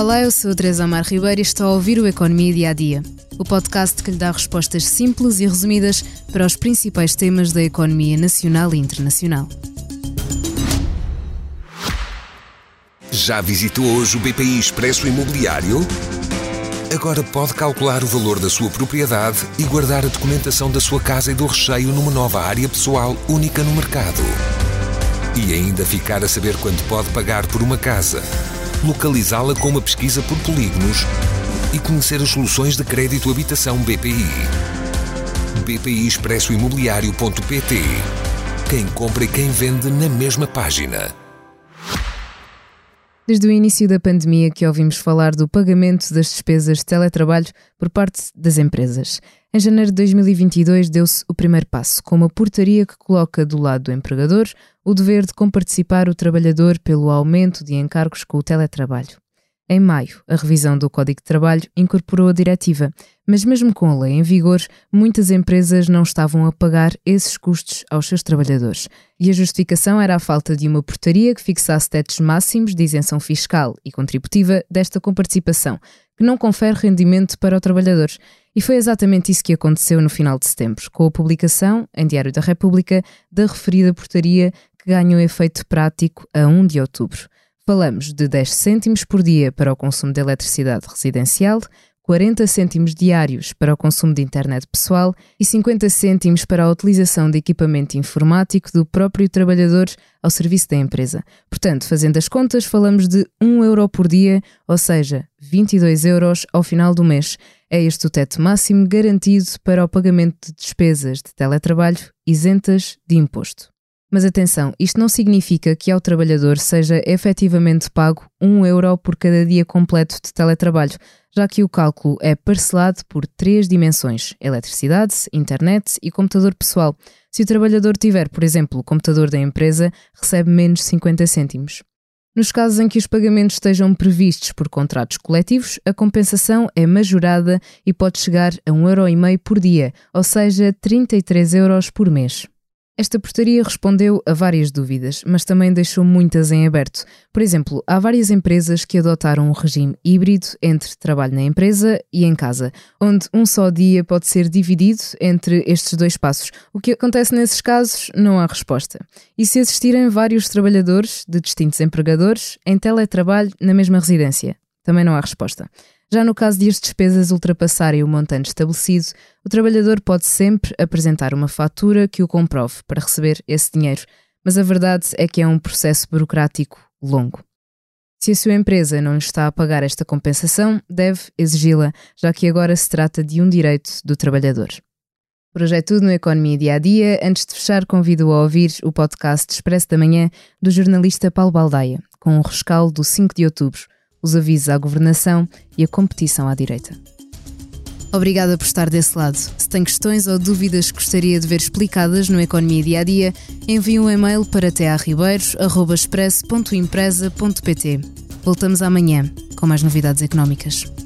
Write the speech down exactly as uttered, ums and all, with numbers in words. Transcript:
Olá, eu sou a Teresa Amar Ribeiro e estou a ouvir o Economia Dia a Dia, o podcast que lhe dá respostas simples e resumidas para os principais temas da economia nacional e internacional. Já visitou hoje o B P I Expresso Imobiliário? Agora pode calcular o valor da sua propriedade e guardar a documentação da sua casa e do recheio numa nova área pessoal única no mercado. E ainda ficar a saber quanto pode pagar por uma casa, localizá-la com uma pesquisa por polígonos e conhecer as soluções de crédito habitação B P I. B P I Expresso Imobiliário ponto P T. Quem compra e quem vende na mesma página. Desde o início da pandemia que ouvimos falar do pagamento das despesas de teletrabalho por parte das empresas. Em janeiro de dois mil e vinte e dois deu-se o primeiro passo, com uma portaria que coloca do lado do empregador o dever de comparticipar o trabalhador pelo aumento de encargos com o teletrabalho. Em maio, a revisão do Código de Trabalho incorporou a diretiva, mas mesmo com a lei em vigor, muitas empresas não estavam a pagar esses custos aos seus trabalhadores. E a justificação era a falta de uma portaria que fixasse tetos máximos de isenção fiscal e contributiva desta comparticipação, que não confere rendimento para o trabalhador. E foi exatamente isso que aconteceu no final de setembro, com a publicação, em Diário da República, da referida portaria que ganhou efeito prático a primeiro de outubro. Falamos de dez cêntimos por dia para o consumo de eletricidade residencial, quarenta cêntimos diários para o consumo de internet pessoal e cinquenta cêntimos para a utilização de equipamento informático do próprio trabalhador ao serviço da empresa. Portanto, fazendo as contas, falamos de um euro por dia, ou seja, vinte e dois euros ao final do mês. É este o teto máximo garantido para o pagamento de despesas de teletrabalho isentas de imposto. Mas atenção, isto não significa que ao trabalhador seja efetivamente pago um euro por cada dia completo de teletrabalho, já que o cálculo é parcelado por três dimensões: eletricidade, internet e computador pessoal. Se o trabalhador tiver, por exemplo, o computador da empresa, recebe menos cinquenta cêntimos. Nos casos em que os pagamentos estejam previstos por contratos coletivos, a compensação é majorada e pode chegar a um euro e meio por dia, ou seja, trinta e três euros por mês. Esta portaria respondeu a várias dúvidas, mas também deixou muitas em aberto. Por exemplo, há várias empresas que adotaram um regime híbrido entre trabalho na empresa e em casa, onde um só dia pode ser dividido entre estes dois passos. O que acontece nesses casos? Não há resposta. E se existirem vários trabalhadores de distintos empregadores em teletrabalho na mesma residência? Também não há resposta. Já no caso de as despesas ultrapassarem o montante estabelecido, o trabalhador pode sempre apresentar uma fatura que o comprove para receber esse dinheiro, mas a verdade é que é um processo burocrático longo. Se a sua empresa não lhe está a pagar esta compensação, deve exigi-la, já que agora se trata de um direito do trabalhador. Por hoje é tudo no Economia Dia a Dia. Antes de fechar, convido a ouvir o podcast Expresso da Manhã do jornalista Paulo Baldaia, com o rescaldo do cinco de outubro. Os avisos à governação e a competição à direita. Obrigada por estar desse lado. Se tem questões ou dúvidas que gostaria de ver explicadas no Economia Dia a Dia, envie um e-mail para t a ribeiros arroba expresso ponto empresa ponto p t. Voltamos amanhã com mais novidades económicas.